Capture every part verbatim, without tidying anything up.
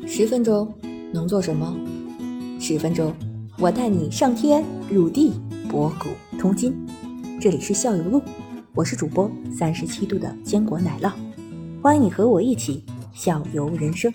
十分钟能做什么？十分钟，我带你上天入地，博古通今。这里是校友录，我是主播三十七度的坚果奶酪，欢迎你和我一起校游人生。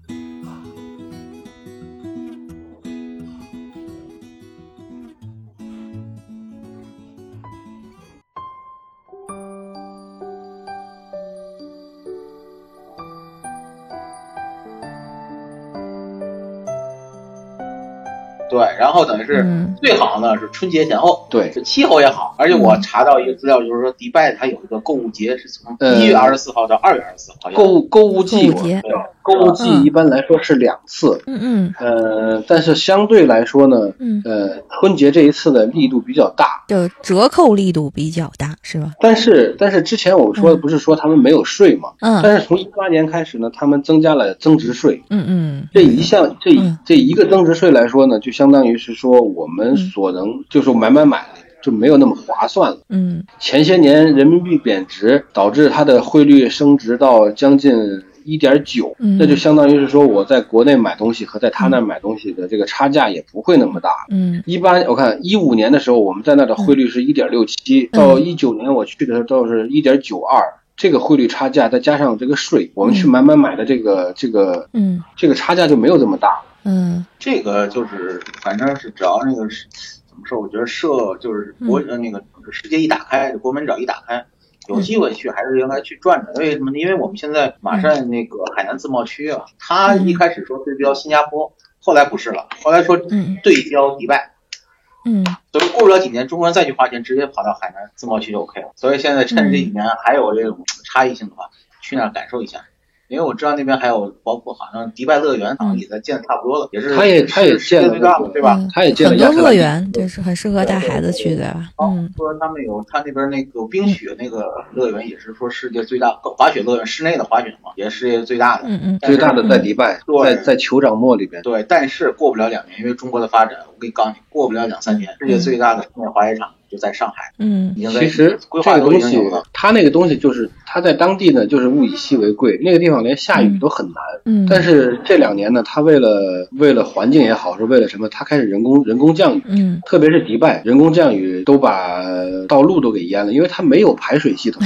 对，然后等于是最好呢、嗯、是春节前后， 对， 气候也好，而且我查到一个资料，就是说迪拜它有一个购物节是从一月二十四号到二月二十四号。 购物购物季，购物季一般来说是两次， 嗯嗯， 呃，但是相对来说呢，嗯呃，春节这一次的力度比较大， 就折扣力度比较大，是吧？ 但是但是之前我们说的不是说他们没有税嘛，嗯，但是从一八年开始呢，他们增加了增值税， 嗯嗯， 这一项这一这一个增值税来说呢，就相当于是说我们所能、嗯、就是买买买就没有那么划算了。 嗯， 前些年人民币贬值导致它的汇率升值到将近 一点九、嗯、那就相当于是说我在国内买东西和在他那买东西的这个差价也不会那么大。 嗯， 一般我看一五年的时候我们在那的汇率是 一点六七、嗯、到一九年我去的时候都是 一点九二，这个汇率差价再加上这个税，我们去买买买的这个这个嗯这个差价就没有这么大。 嗯， 这个就是反正是只要那个怎么说，我觉得社就是国、嗯、那个世界一打开，国门只要一打开，有机会去还是应该去转转。为什么呢？因为我们现在马上那个海南自贸区啊，他一开始说对标新加坡，后来不是了，后来说对标迪拜。 嗯， 所以过不了几年，中国人再去花钱，直接跑到海南自贸区就 OK 了。所以现在趁这几年还有这种差异性的话，去那儿感受一下。因为我知道那边还有包括好像迪拜乐园好像也在建的差不多了，也是他也他也建了， 对吧？ 他也建了很多乐园，这是很适合带孩子去的吧？ 嗯，说他们有他那边那个冰雪那个乐园也是说世界最大滑雪乐园，室内的滑雪嘛，也是世界最大的， 嗯嗯， 最大的在迪拜，在在酋长末里边。 对，但是过不了两年，因为中国的发展，我跟你告诉你，过不了两三年，世界最大的室内滑雪场就在上海。 嗯， 其实这个东西，它那个东西就是它在当地呢，就是物以稀为贵，那个地方连下雨都很难。 嗯， 但是这两年呢，它为了为了环境也好，是为了什么？它开始人工人工降雨。 嗯， 特别是迪拜，人工降雨都把道路都给淹了，因为它没有排水系统。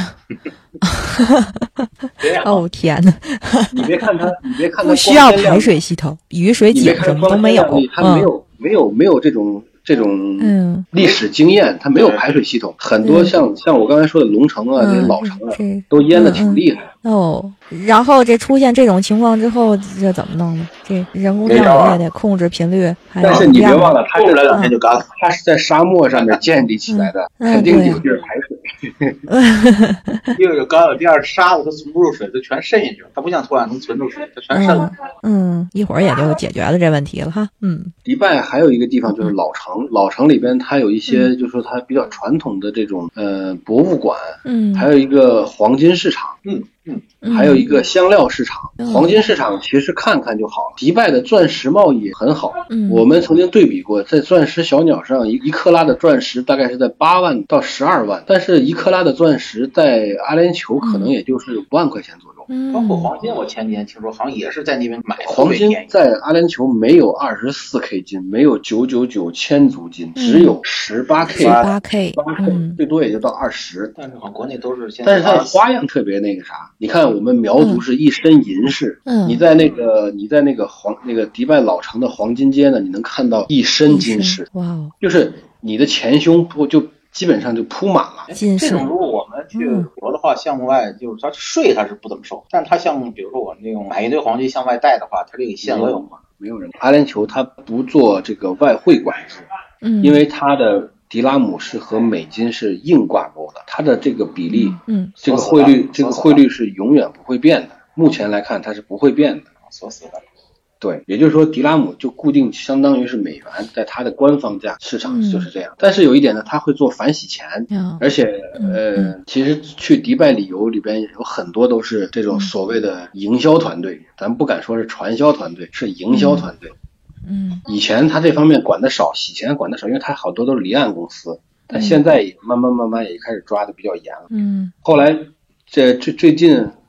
哦天哪！ 你别看它，你别看它不需要排水系统，雨水井什么都没有， 它没有、嗯、没有没有这种。这种历史经验、嗯、它没有排水系统，很多像、嗯、像我刚才说的龙城啊、嗯、这些老城啊、嗯、都淹得挺厉害、 嗯嗯、哦。然后这出现这种情况之后，这怎么弄呢？这人工降雨也得控制频率，还但是你别忘了，它是两天就干了，它是在沙漠上面建立起来的， 嗯、 肯定有地儿排水。 第二个干了，第二沙子它存不住水，它全渗进去了，它不像土壤能存住水，它全渗了。 嗯，一会儿也就解决了这问题了哈。嗯， 迪拜还有一个地方就是老城。老城里边它有一些就是说它比较传统的这种呃博物馆， 嗯， 还有一个黄金市场， 嗯嗯，还有一个香料市场。嗯、黄金市场其实看看就好了。迪拜的钻石贸易很好， 嗯， 我们曾经对比过，在钻石小鸟上一一克拉的钻石大概是在八万到十二万，但是一克拉的钻石在阿联酋可能也就是五万块钱左右。 嗯， 包括黄金，我前几年听说好像也是在那边买。 黄金在阿联酋没有二十四 K 金，没有九九九千足金，只有十八 K， 十八 K， 八 K，、嗯、最多也就到二十。 但是好像国内都是现在， 但是它的花样特别那个啥。你看我们苗族是一身银饰， 嗯， 你在那个你在那个黄那个迪拜老城的黄金街呢，你能看到一身金饰， 哇哦， 就是你的前胸部就基本上就铺满了。 这种如果我们去国的话，向外就是它税它是不怎么收，但它像比如说我那种买一堆黄金向外带的话，它这个限额有吗？ 没有人。阿联酋它不做这个外汇管制， 嗯， 因为它的迪拉姆是和美金是硬挂钩的，它的这个比例， 嗯， 这个汇率这个汇率是永远不会变的。目前来看它是不会变的， 锁死的。 对，也就是说迪拉姆就固定相当于是美元，在它的官方价市场就是这样、嗯、但是有一点呢，它会做反洗钱、 嗯、 而且呃、嗯，其实去迪拜旅游里边有很多都是这种所谓的营销团队、嗯、咱不敢说是传销团队，是营销团队。 嗯， 以前他这方面管得少，洗钱管得少，因为他好多都是离岸公司，但现在也慢慢慢慢也开始抓的比较严了。 嗯， 后来这最最近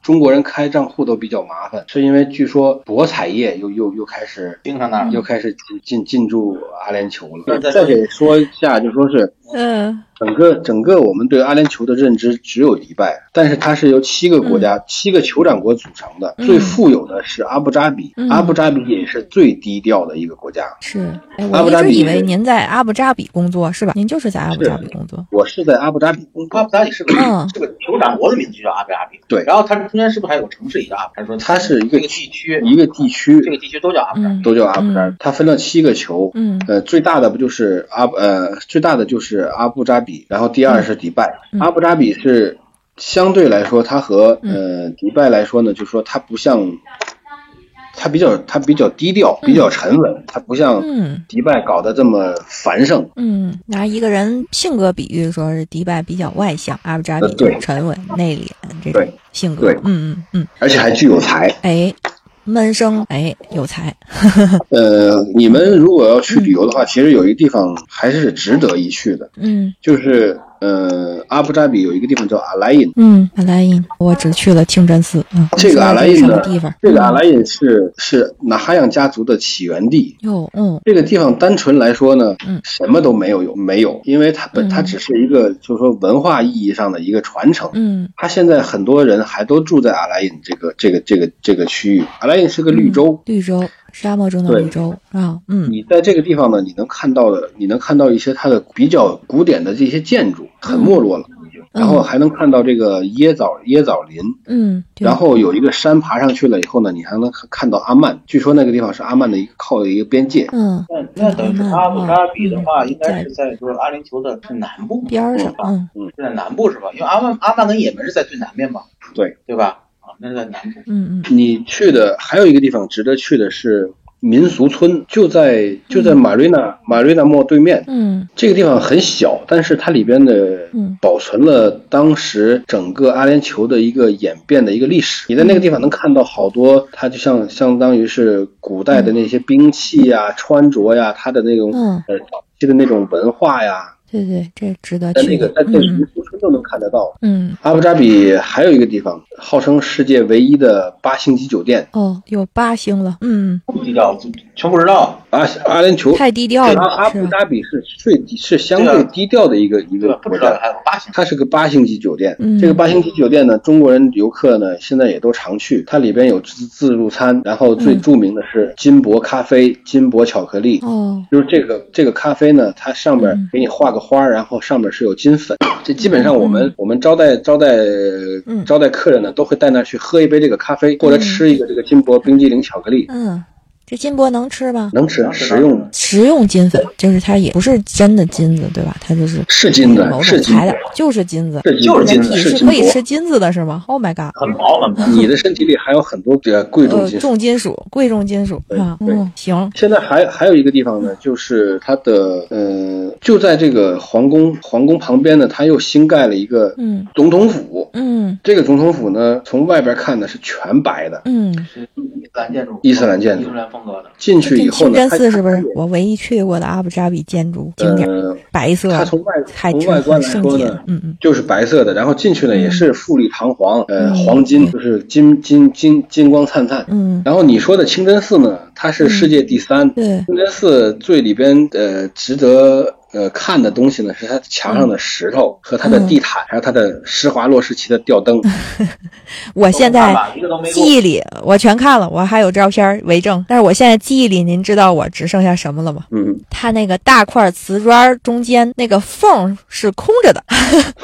中国人开账户都比较麻烦，是因为据说博彩业又又又开始盯上那儿， 又开始进进进驻阿联酋了。再给说一下，就说是嗯。整个整个我们对阿联酋的认知只有迪拜，但是它是由七个国家、嗯、七个酋长国组成的、嗯、最富有的是阿布扎比、嗯、阿布扎比也是最低调的一个国家。 是，哎，我一直以为您在阿布扎比工作是吧？您就是在阿布扎比工作。 我是在阿布扎比工作。 阿布扎比是个、嗯、是个酋长国的名字就叫阿布扎比。 对， 然后它中间是不是还有城市也叫阿布扎比？ 它是一个地区， 一个地区， 这个地区都叫阿布扎比、 嗯， 都叫阿布扎比。它分了七个酋，嗯，呃，最大的不就是阿呃最大的就是阿布扎比，然后第二是迪拜。嗯、阿布扎比是相对来说，它和呃迪拜来说呢，就是说它不像，它比较它比较低调，比较沉稳，它不像迪拜搞得这么繁盛。 嗯，拿一个人性格比喻说是迪拜比较外向，阿布扎比就是沉稳内敛这种性格。 对， 嗯嗯嗯， 而且还具有才。 哎。闷声，哎，有才。 呃，你们如果要去旅游的话、嗯，其实有一个地方还是值得一去的。嗯，就是呃，阿布扎比有一个地方叫阿莱因。 嗯，阿莱因，我只去了清真寺。嗯， 这个阿莱因呢， 地方， 这个阿莱因是是纳哈扬家族的起源地。 哟，嗯， 这个地方单纯来说呢，嗯，什么都没有有没有，因为它本、嗯、它只是一个就是说文化意义上的一个传承。嗯，它现在很多人还都住在阿莱因这个这个这个这个区域。阿莱因是个绿洲， 嗯、绿洲，沙漠中的绿洲啊。嗯， 你在这个地方呢，你能看到的，你能看到一些它的比较古典的这些建筑，很没落了。嗯，然后还能看到这个椰枣椰枣林，嗯，然后有一个山爬上去了以后呢，你还能看到阿曼，据说那个地方是阿曼的一个靠的一个边界。 嗯，那那等于是阿布扎比的话，应该是在就是阿联酋的是南部边上，嗯嗯，是在南部是吧？因为阿曼阿曼跟也门是在最南面嘛， 对对吧？啊，那是在南部。 嗯嗯， 你去的还有一个地方值得去的是民俗村，就在就在马瑞纳马瑞纳莫对面。嗯，这个地方很小，但是它里边的保存了当时整个阿联酋的一个演变的一个历史。你在那个地方能看到好多，它就像相当于是古代的那些兵器呀、穿着呀，它的那种呃早期的那种文化呀。 对对，这值得去。 在那个在这个民俗村都能看得到。 嗯， 阿布扎比还有一个地方，号称世界唯一的八星级酒店。 哦，有八星了。嗯， 不低调，全不知道。 阿阿联酋太低调了。 阿布扎比是最是相对低调的一个一个国家，它是个八星级酒店。嗯，这个八星级酒店呢，中国人游客呢现在也都常去。它里边有自自助餐，然后最著名的是金箔咖啡、金箔巧克力。哦，就是这个这个咖啡呢，它上面给你画个花，然后上面是有金粉。这基本上我们、嗯、我们招待招待招待客人呢，都会带那去喝一杯这个咖啡，或者吃一个这个金箔冰激凌巧克力。 嗯，这金箔能吃吗？ 能吃，食用食用金粉，就是它也不是真的金子，对吧？它就是是金子，是金子， 就是金子， 就是金子， 是可以吃金子的是吗 ？Oh my god， 很薄很薄。 你的身体里还有很多这个贵重金属， 呃、重金属，贵重金属啊。嗯，行。 现在还还有一个地方呢，就是它的呃，就在这个皇宫皇宫旁边呢，它又新盖了一个嗯总统府。嗯，这个总统府呢，从外边看呢是全白的。 嗯， 是伊斯兰建筑， 伊斯兰建筑， 伊斯兰风格的。 进去以后呢， 清真寺是不是我唯一去过的阿布扎比建筑景点？呃、白色， 它从外从外观来说呢，嗯嗯，就是白色的。然后进去呢，也是富丽堂皇，呃，黄金就是金金金金光灿灿。嗯，然后你说的清真寺呢，它是世界第三。 对， 清真寺最里边呃值得。呃，看的东西呢是它墙上的石头和它的地毯，嗯、还有它的施华洛世奇的吊灯。 我现在记忆里我全看了，我还有照片为证。但是我现在记忆里，您知道我只剩下什么了吗？嗯，它那个大块瓷砖中间那个缝是空着的。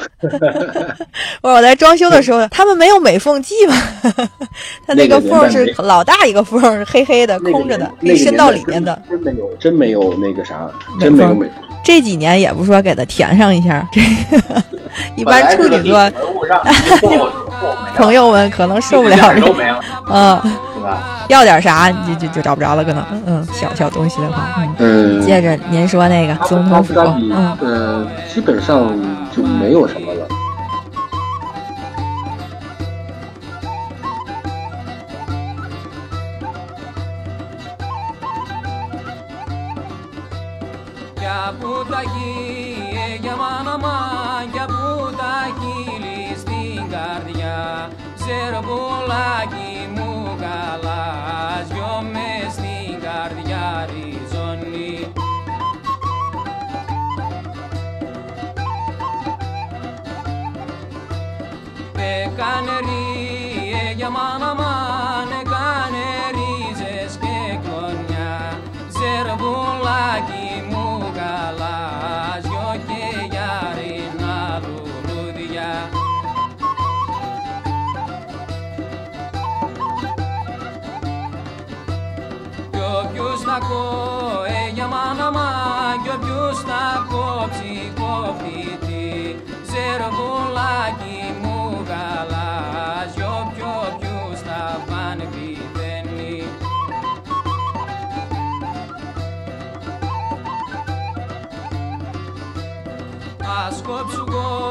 我在装修的时候，他们没有美缝剂吗？它那个缝是老大一个缝，是黑黑的，空着的，可以伸到里面的。 真没有，真没有那个啥，真没有美缝。 这几年也不说给它填上一下，这个一般处女座朋友们可能受不了这个，嗯，要点啥就就就找不着了，可能，嗯，小小东西的话，嗯，接着您说那个总统府， 嗯，呃，基本上就没有什么了。 Για που τα χείλη, για μάνα, για που τα χείλη στην καρδιά, ξέρω πολλά. ζερβουλάκι μου γαλάζιο μες στην καρδιά ριζώνει. Κάνε ρίε για μάνα μάνε, κάνε ρίζες και κλονιά, ζερβουλάκι μου γαλάζιο και γιαρίνα λουλούδια. Κι όποιος θα κόε για μάνα μάν, κι όποιος θα κόψει κόφτητη, ζερβουλάκι μου γαλάζιο, κι όποιος θα πάνε πηδαίνει. Ας κόψου